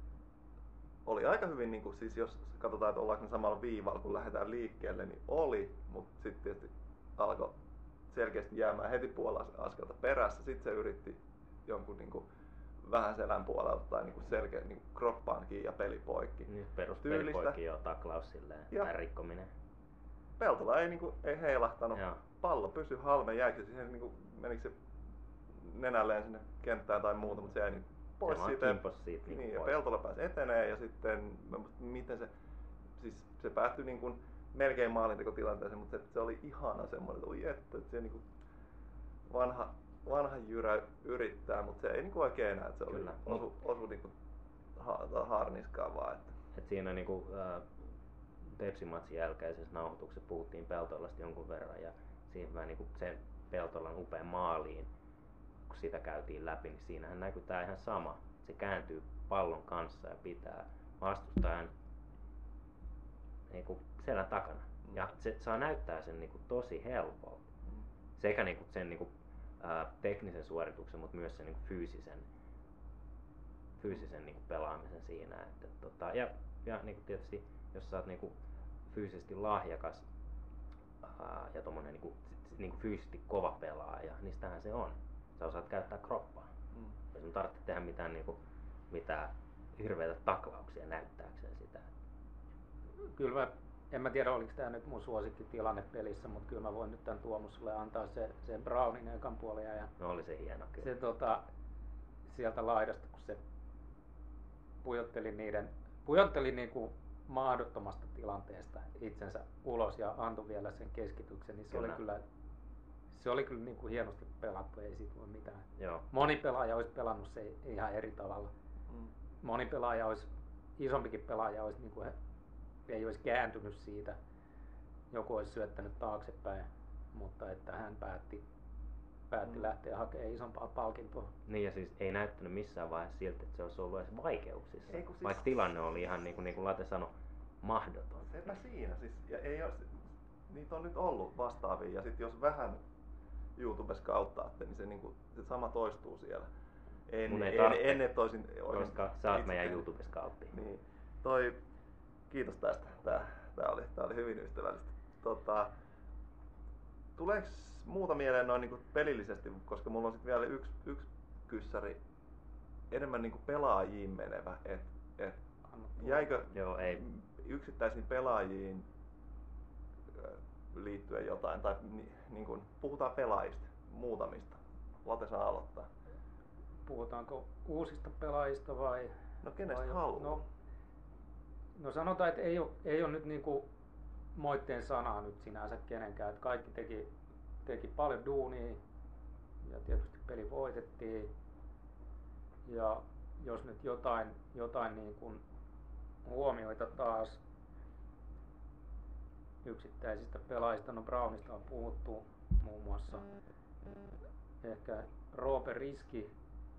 oli aika hyvin, niin kuin, siis jos katsotaan, että ollaanko ne samalla viivalla, kun lähdetään liikkeelle, niin oli, mutta sitten tietysti alkoi selkeästi jäämään heti puolella askelta perässä. Sitten se yritti jonkun niin kuin, vähän selän puolelta tai niin kuin selkeä niin kuin kroppaan kiinni ja peli poikki. Nyt peruspelipoikki jo taklaus silleen, tai rikkominen. Peltola ei, niin kuin, ei heilahtanut. Joo. Pallo pysyi Halmeen jäiksi, siihen niin kuin, menikö se nenälleen sinne kenttään tai muuta, mutta se jäi niin pois se siitä. siitä niin, niin ja Peltola pääsi etenee ja sitten, miten se, siis se päättyi niin kuin melkein maalintekotilanteeseen, mutta se, se oli ihana semmoinen, että oi että, että se niin kuin vanha, vanha jyrä yrittää, mutta se ei niin kuin oikein enää, että se oli, osu, osu niin kuin ha, harniskaan vaan. Että. Et siinä niin kuin, äh, Tepsi-matsin jälkeisessä nauhoituksessa puhuttiin Peltolasta jonkun verran ja siinä vähän niin kuin sen Peltolan upean maaliin, kun sitä käytiin läpi, niin siinähän näkyy tää ihan sama. Se kääntyy pallon kanssa ja pitää vastustajan niin kuin selän takana. Mm. Ja se saa näyttää sen niinku tosi helpolta. Mm. Sekä niinku sen niinku, ää, teknisen suorituksen, mutta myös sen niinku fyysisen, fyysisen niinku pelaamisen siinä. Että, tota, ja ja niinku tietysti, jos sä oot niinku fyysisesti lahjakas ää, ja tommonen niinku, niinku fyysisesti kova pelaaja, niin sitähän se on. Sä osaat käyttää kroppaa. Mm. Ei sun tarvitse tehdä mitään, niinku, mitään hirveitä taklauksia näyttääkseen sitä. Kyllä mä, en mä tiedä oliko tää nyt mun suosikkitilanne pelissä, mutta kyllä mä voin nyt tän Tuomus sulle antaa se, sen Brownin ekan puolia ja No oli se hieno kyllä. se tota, sieltä laidasta, kun se pujotteli niiden, pujotteli niinku mahdottomasta tilanteesta itsensä ulos ja antoi vielä sen keskityksen, niin se Kyllä. oli kyllä, se oli kyllä niinku hienosti pelattu, ei siitä voi mitään. Joo. Moni pelaaja olisi pelannut se ihan eri tavalla. Mm. Moni pelaaja olisi, isompikin pelaaja olisi niinku, ei olisi kääntynyt siitä, joku olisi syöttänyt taaksepäin, mutta että hän päätti, päätti Mm. lähteä hakemaan isompaa palkintoa. Niin ja siis ei näyttänyt missään vaiheessa siltä, että se olisi ollut edes vaikeuksissa. Ei, kun siis- Vaikka tilanne oli ihan niin kuin, niin kuin Late sanoi, mahdoton. Sepä siinä, siis, ja ei ole, niitä on nyt ollut vastaavia, ja sitten jos vähän YouTubessa kauttaatte, niin se, niinku, se sama toistuu siellä. En, Mun ei en, tarvitse, en, et olisin, olisin Koska sä oot itse meidän tehnyt. YouTubessa kauppi. Niin, toi, kiitos tästä, tää, tää, oli, tää oli hyvin ystävällistä. Tota, tuleeko muuta mieleen noin niinku pelillisesti, koska mulla on sit vielä yksi, yksi kyssäri, enemmän niinku pelaajiin menevä, et, et Anna tulla. jäikö Joo, ei. yksittäisiin pelaajiin ö, liittyen jotain, tai ni, niin kuin, puhutaan pelaajista, muutamista. Late saa aloittaa. Puhutaanko uusista pelaajista vai? No kenestä vai- haluaa? No, no sanotaan, että ei ole, ei ole nyt niinku moitteen sanaa nyt sinänsä kenenkään. Että kaikki teki, teki paljon duunia ja tietysti peli voitettiin. Ja jos nyt jotain, jotain niin kuin huomioita taas yksittäisistä pelaajista, no Brownista on puhuttu muun muassa. Ehkä Roope Riski.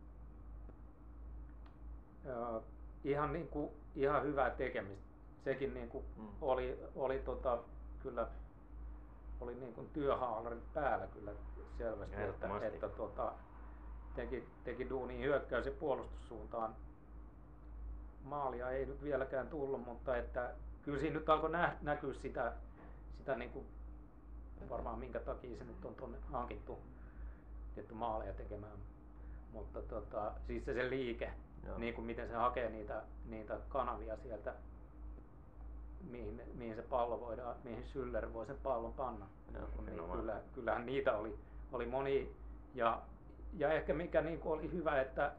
Ja ihan, niin kuin, ihan hyvää tekemistä. Sekin niin kuin Mm. oli, oli tota, kyllä oli niin kuin työhaalarit päällä kyllä selvästi, että, Ehdottomasti. että tota, teki, teki duunia hyökkäys- ja puolustussuuntaan. Maalia ei nyt vieläkään tullut, mutta että kyllä siinä nyt alkoi nä- näkyä sitä, sitä niin kuin, varmaan minkä takia se nyt on tuonne hankittu tietty maaleja tekemään. Mutta tota, siis se, se liike, Joo. niin kuin miten se hakee niitä, niitä kanavia sieltä, mihin, mihin se pallo voidaan, mihin Schüller voi sen pallon panna. Joo, Niin nimenomaan. kyllä, kyllähän niitä oli, oli moni. Ja, ja ehkä mikä niin kuin oli hyvä, että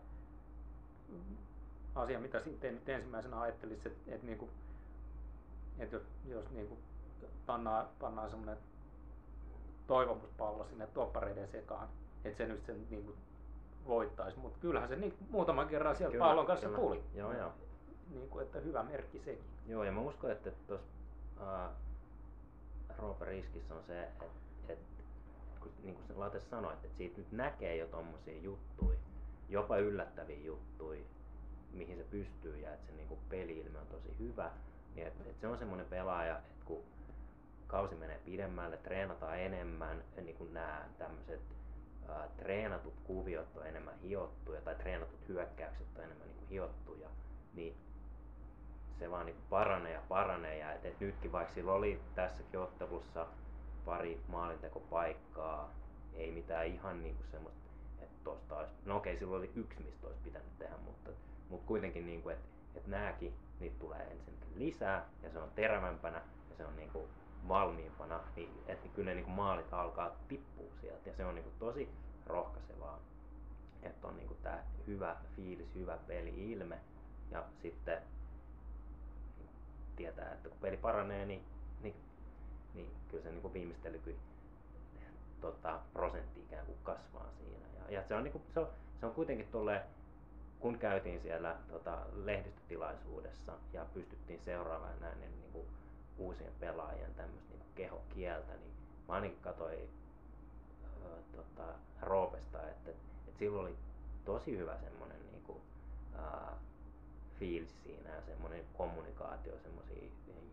asia mitä sitten nyt ensimmäisenä ajattelisi, että, että, niin kuin, että jos, jos niin kuin pannaan, pannaan semmoinen toivomuspallo sinne toppareiden sekaan, että se nyt sen niin kuin voittaisi, mutta kyllähän se niin, muutaman kerran siellä Kyllä, pallon kanssa kyllä. tuli. Joo, joo. Niin kuin, että hyvä merkki sekin. Joo, ja mä uskon, että tuossa uh, Roope Riskissä on se, että et, kun niin kuin se Late sanoi, että siitä nyt näkee jo tommosia juttuja, jopa yllättäviä juttuja, mihin se pystyy ja että se niin kuin peli-ilme on tosi hyvä. Niin että et se on semmoinen pelaaja, että kun kausi menee pidemmälle, treenataan enemmän, niin kuin nämä tämmöiset uh, treenatut kuviot on enemmän hiottuja tai treenatut hyökkäykset on enemmän niin kuin hiottuja, niin se vaan niin paranee ja paranee. Ja et, et nytkin vaikka sillä oli tässäkin ottelussa pari maalintekopaikkaa, ei mitään ihan niinku semmoista, että tosta olisi, no okei sillä oli yksi mistä olisi pitänyt tehdä, mutta, mutta kuitenkin niinku, että et nääkin, niitä tulee ensinnäkin lisää ja se on terävämpänä ja se on niinku valmiimpana, niin että kyllä ne niinku maalit alkaa tippua sieltä ja se on niinku tosi rohkaisevaa, että on niinku tää hyvä fiilis, hyvä peli-ilme ja sitten tietää, että kun peli paranee, niin, niin, niin kyllä se niin viimeistelykin tota, prosentti ikään kuin kasvaa siinä. Ja, ja se, on, niin kuin, se, on, se on kuitenkin tolleen, kun käytiin siellä tota, lehdistötilaisuudessa ja pystyttiin seuraamaan näin niin, niin kuin uusien pelaajien tämmöistä niin kuin kehokieltä, niin mä ainakin katsoin ö, tota, Roopesta, että, että sillä oli tosi hyvä semmoinen niin kuin, ää, fiilis siinä ja semmoinen kommunikaatio, semmoisia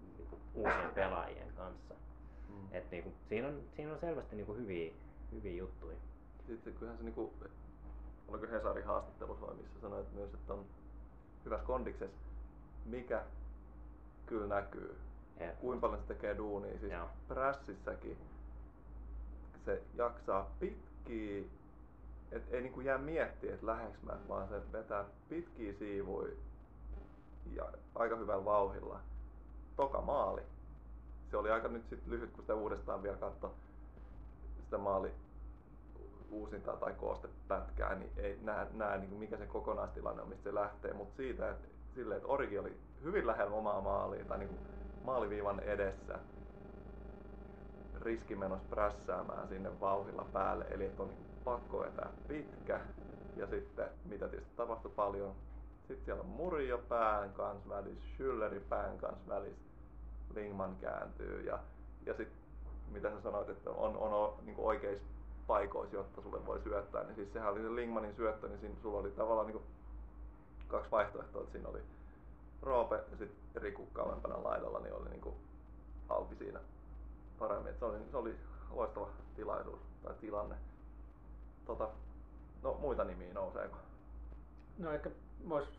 niinku uusien pelaajien kanssa. Mm. Et niinku, siinä, on, siinä on selvästi niinku hyviä, hyviä juttuja. Sitten kyllähän se niinku, oliko Hesarin haastattelussa vai missä sanoit myös, että on hyvässä kondiksessa, mikä kyllä näkyy. Ja, Kuinka paljon se tekee duunia. Siis Joo. prässissäkin se jaksaa pitkiä, et ei niinku jää miettiä, että läheks mä, vaan se vetää pitkiä siivuja ja aika hyvällä vauhilla. Toka maali. Se oli aika nyt sit lyhyt, kun sitä uudestaan vielä katso sitä maali uusintaa tai koostepätkää, niin ei näe, näe niin mikä se kokonaistilanne on, mistä se lähtee, mutta siitä, että silleen, että Origi oli hyvin lähellä omaa maalia tai niin maaliviivan edessä riskimenossa prässäämään sinne vauhdilla päälle, eli että on niin pakko vetää pitkä ja sitten, mitä tietysti tapahtui paljon, sitten siellä on Murillo pään kanssa välissä, Schülleri pään kanssa välissä, Lingman kääntyy ja, ja sitten mitä sä sanoit, että on, on, on niin oikeissa paikoissa, jotta sulle voi syöttää, niin siis sehän oli se Lingmanin syöttö, niin siinä sulla oli tavallaan niin kaksi vaihtoehtoa, että siinä oli Roope ja sitten Riku kauempana laidalla, niin oli niin kuin auki siinä paremmin. Et se, oli, se oli loistava tilaisuus tai tilanne. Tota, no muita nimiä nouseeko? No ehkä vois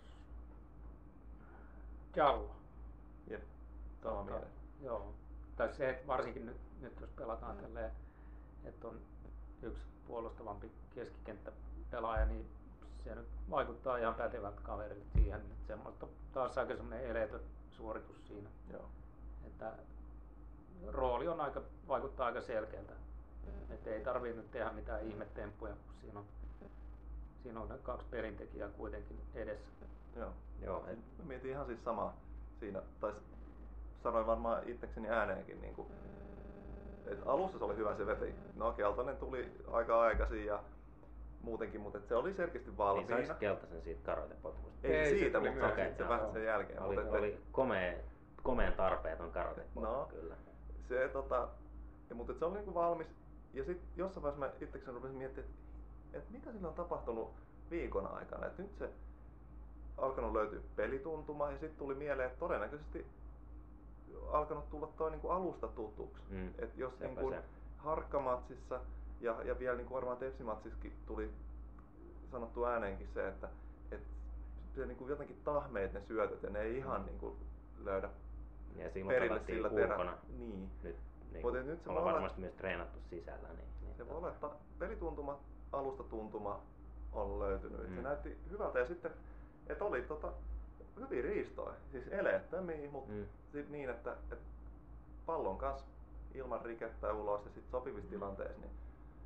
Jallo. Jep, sama mielessä. Joo. Tai se, että varsinkin nyt, nyt jos pelataan tälleen, että on yksi puolustavampi keskikenttäpelaaja, niin se nyt vaikuttaa ihan pätevältä kaverilta siihen, että semmoista taas aika semmoinen eleetön suoritus siinä. Joo. Että rooli on aika, vaikuttaa aika selkeältä. Että ei tarvii nyt tehdä mitään ihmetemppuja, kun siinä on, siinä on ne kaksi pelintekijää kuitenkin edessä. Joo. Joo, et, Mä mietin ihan siis samaa siinä, tai sanoin varmaan itsekseni ääneenkin, niin kuin, että alussa se oli hyvä, se veti. No keltainen tuli aika aikaisin ja muutenkin, mutta se oli selkeästi niin valmiina. saiko keltaisen siitä karoitepotkusta? Ei, Ei, siitä, se tuli mutta myöhemmin. se vähän sen jälkeen. Oli, mutta oli komea, komeen tarpeeton karotepotku No. kyllä. Se, tota, ja, mutta se oli niinku valmis. Ja sitten jossain vaiheessa mä itsekseni rupesin miettimään, että et mitä sillä on tapahtunut viikon aikana. Et nyt se alkanut löytyä pelituntuma ja sitten tuli mieleen, että todennäköisesti alkanut tulla toi niinku alusta tutuksi. Mm. Et jos Sepä niinku se. Harkkamatsissa ja, ja vielä niinku varmaan Tepsimatsissakin tuli sanottu ääneenkin se, että et se niinku jotenkin tahmeet ne syötöt ja ne ei ihan Mm. niinku löydä Ja silloin perille pelattiin sillä ulkona. terällä. Niin. Nyt, niin Mut et nyt se ollaan voi olla- varmasti myös treenattu sisällä. Niin, niin Se tota- voi olla, että pelituntuma, alustatuntuma on löytynyt. Mm. Se Mm. näytti hyvältä ja sitten, että oli tota, hyvin riistoja, siis eleettömiä, mutta Mm. sit niin, että, että pallon kanssa ilman rikettä ulos ja sit sopivissa Mm. tilanteissa niin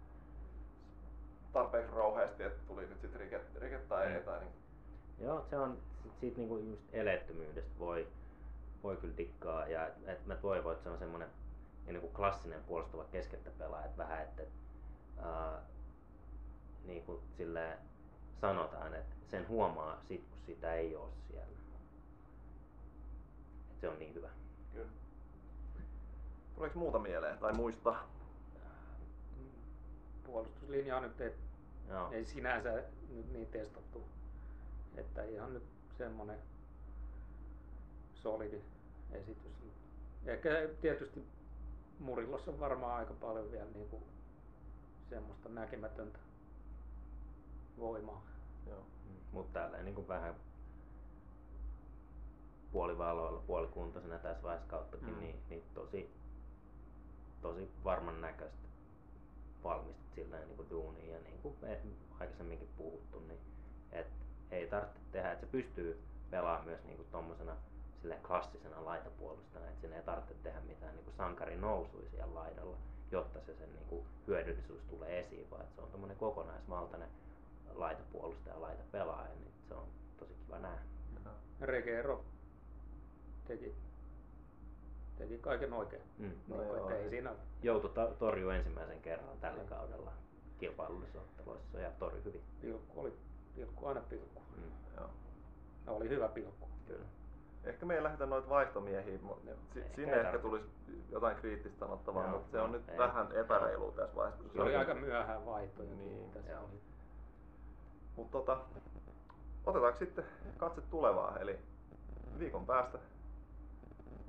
tarpeeksi rouheasti, että tuli nyt sit rike, rike tai ei. Mm. Tai niin. Joo, se on sit siitä niinku just eleettömyydestä voi, voi kyllä dikkaa ja et, et mä toivon, että se on semmonen niinku klassinen puolustava keskettä pelaaja, että vähän että et, ää, niinku silleen sanotaan, että sen huomaa sit kun sitä ei oo siellä. Et se on niin hyvä. Kyllä. Tuleeko muuta mieleen tai muista? Puolustuslinja on nyt ei, Joo. ei sinänsä nyt niin testattu, että ihan nyt semmonen solidi esitys. Ehkä tietysti Murillossa on varmaan aika paljon vielä niinku semmoista näkemätöntä voimaa. Joo. Mutta tälleen niinku vähän puolivaloilla, puolikuntoisena tässä vaiheessa kauttakin, Mm. niin, niin tosi, tosi varman näköistä valmistat silleen niinku duunia ja niin kuin aikaisemminkin puhuttu, niin et ei tarvitse tehdä, että se pystyy pelaamaan myös niinku tommosena silleen klassisena laitapuolustajana, että siinä ei tarvitse tehdä mitään niinku sankarin nousuja siellä laidalla, jotta se sen niinku hyödyllisyys tulee esiin, vaan että se on tommonen kokonaisvaltainen laitapuolustaja ja laitapelaaja, niin se on tosi kiva nähdä. Joo. Regeero teki, teki kaiken oikein. Mm. No Niin kuin, joo. että ei siinä Joutui ta- torjua ensimmäisen kerran tällä kaudella kilpailullisissa otteluissa ja torjui hyvin. pilkku oli pilkku aina pilkku. Mm. Joo. No, oli hyvä pilkku. Kyllä. Ehkä me ei lähdetä noita vaihtomiehiä, mutta Joo, si- ei- sinne ei ehkä tarvitse. tulisi jotain kriittistä sanottavaa, Joo, mutta se on no, nyt ei. vähän epäreilua tässä vaiheessa. Se oli aika myöhään vaihtoja. Niin, tässä joo. oli. Mutta tota, otetaanko sitten katse tulevaan, eli viikon päästä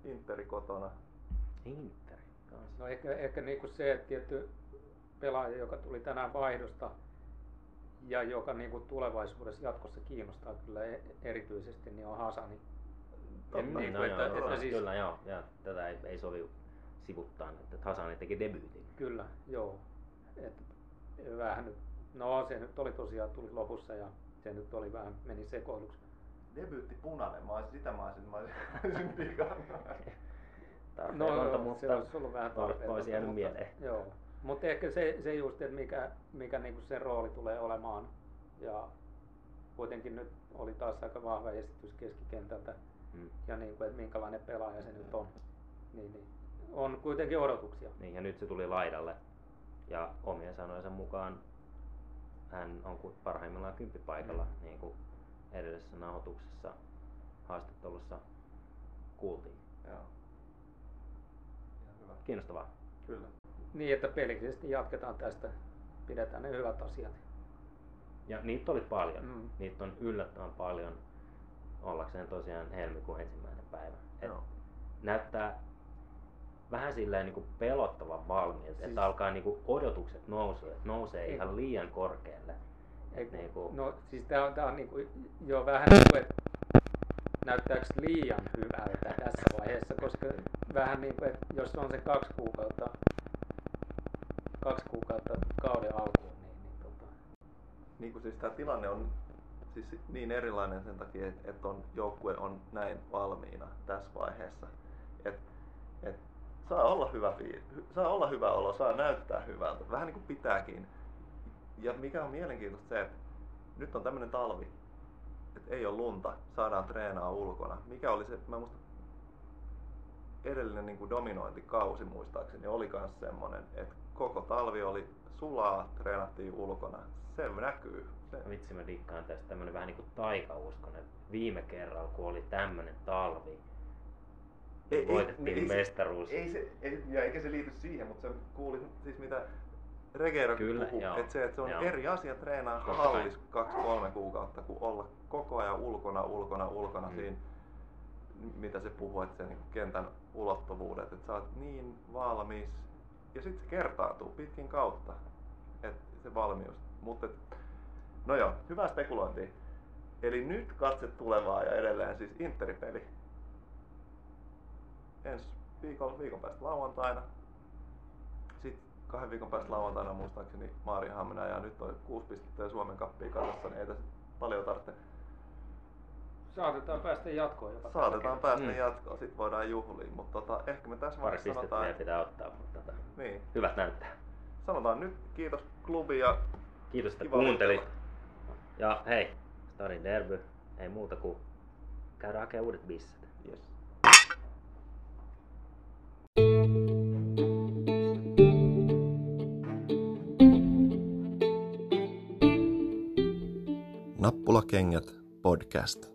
Interi kotona. Interi kanssa. No ehkä, ehkä niinku se, että tietty pelaaja, joka tuli tänään vaihdosta ja joka niinku tulevaisuudessa jatkossa kiinnostaa kyllä e- erityisesti, niin on Hasani. Totta, Niin, niin, no että- joo, että no, siis- kyllä joo, ja tätä ei, ei sovi sivuttaa, että Hasani teki debyytin. Kyllä, joo. Et vähän nyt, no se nyt oli tosiaan tuli lopussa ja se nyt oli vähän, meni sekoiluksi. Debyytti punainen, mä olisin sitä mä olisin, mä olisin, mä olisin pikannut. Tarpeetonta, No, mutta se olisi ollut vähän tarpeetonta. olisi jäänyt mutta- mieleen. Joo, mutta ehkä se, se just, että mikä, mikä niinku sen rooli tulee olemaan. Ja kuitenkin nyt oli taas aika vahva esitys keskikentältä. Mm. Ja niinku, että minkälainen pelaaja se nyt on. Niin, niin. On kuitenkin odotuksia. Niin, ja nyt se tuli laidalle. Ja omien sanojensa mukaan hän on ku- parhaimmillaan kymppipaikalla, mm. niin kuin edellisessä nauhoituksessa haastattelussa kuultiin. Joo. Ihan hyvä. Kiinnostavaa. Kyllä. Niin, että pelillisesti jatketaan tästä. Pidetään ne hyvät asiat. Ja niitä oli paljon. Mm. Niitä on yllättävän paljon ollakseen tosiaan helmikuun ensimmäinen päivä. Et Joo. näyttää vähän silleen niin kuin pelottavan valmiilta, Siis- että alkaa niin kuin odotukset nousee, että nousee Ei- ihan liian korkealle. Ei, Et niin kuin, No siis tää on, tää on niinku jo vähän niinku, että näyttääks liian hyvältä tässä vaiheessa, koska vähän niinku, että jos on se kaksi kuukautta, kaksi kuukautta kauden alkuun, niin, niin tota, Niin kuin siis tämä tilanne on siis niin erilainen sen takia, että et on, joukkue on näin valmiina tässä vaiheessa. Et, et saa olla hyvä fiil, saa olla hyvä olo, saa näyttää hyvältä, vähän niin kuin pitääkin. Ja mikä on mielenkiintoista se, että nyt on tämmöinen talvi, että ei ole lunta, saadaan treenaa ulkona. Mikä oli se, mä muistan, edellinen niin kuin dominointikausi muistaakseni oli myös semmoinen, että koko talvi oli sulaa, treenattiin ulkona. Se näkyy. Se, vitsi mä dikkaan tästä tämmönen vähän niin kuin taikauskonen. Viime kerralla kun oli tämmönen talvi, Ei- ei- voitettiin ei se- mestaruus. Ei se, ei, ja eikä se liity siihen, mutta se kuuli siis mitä Regero Kyllä, puhui, joo. että se, että se on Joo. eri asia treenaa Totta hallis kaksi kolme kuukautta, kuin olla koko ajan ulkona, ulkona, ulkona Mm. siinä, mitä se puhuu, että se niin kentän ulottuvuudet, että sä oot niin valmis, ja sitten se kertautuu pitkin kautta, että se valmius. Mutta no joo, hyvää spekulointia. Eli nyt katse tulevaa ja edelleen siis Interipeli. Ensi viikon, viikon päästä lauantaina. Sitten kahden viikon päästä lauantaina muistaakseni Maarianhamina ja nyt on kuusi pistettä Suomen kappia kasassa, niin ei tässä paljon tarvitse. saatetaan päästä jatkoon jopa. Saatetaan päästä Mm. jatkoon, sit voidaan juhliin, mutta tota, ehkä me tässä Pari vaiheessa pistettä sanotaan, vielä pitää ottaa, mutta tota, niin, hyvät näyttää. sanotaan nyt kiitos klubi ja Kiitos, että kiva kuuntelit. jutella. Ja hei, Starin derby, ei muuta kuin käydä hakemaan uudet bisset. Yes. Nappulakengät podcast.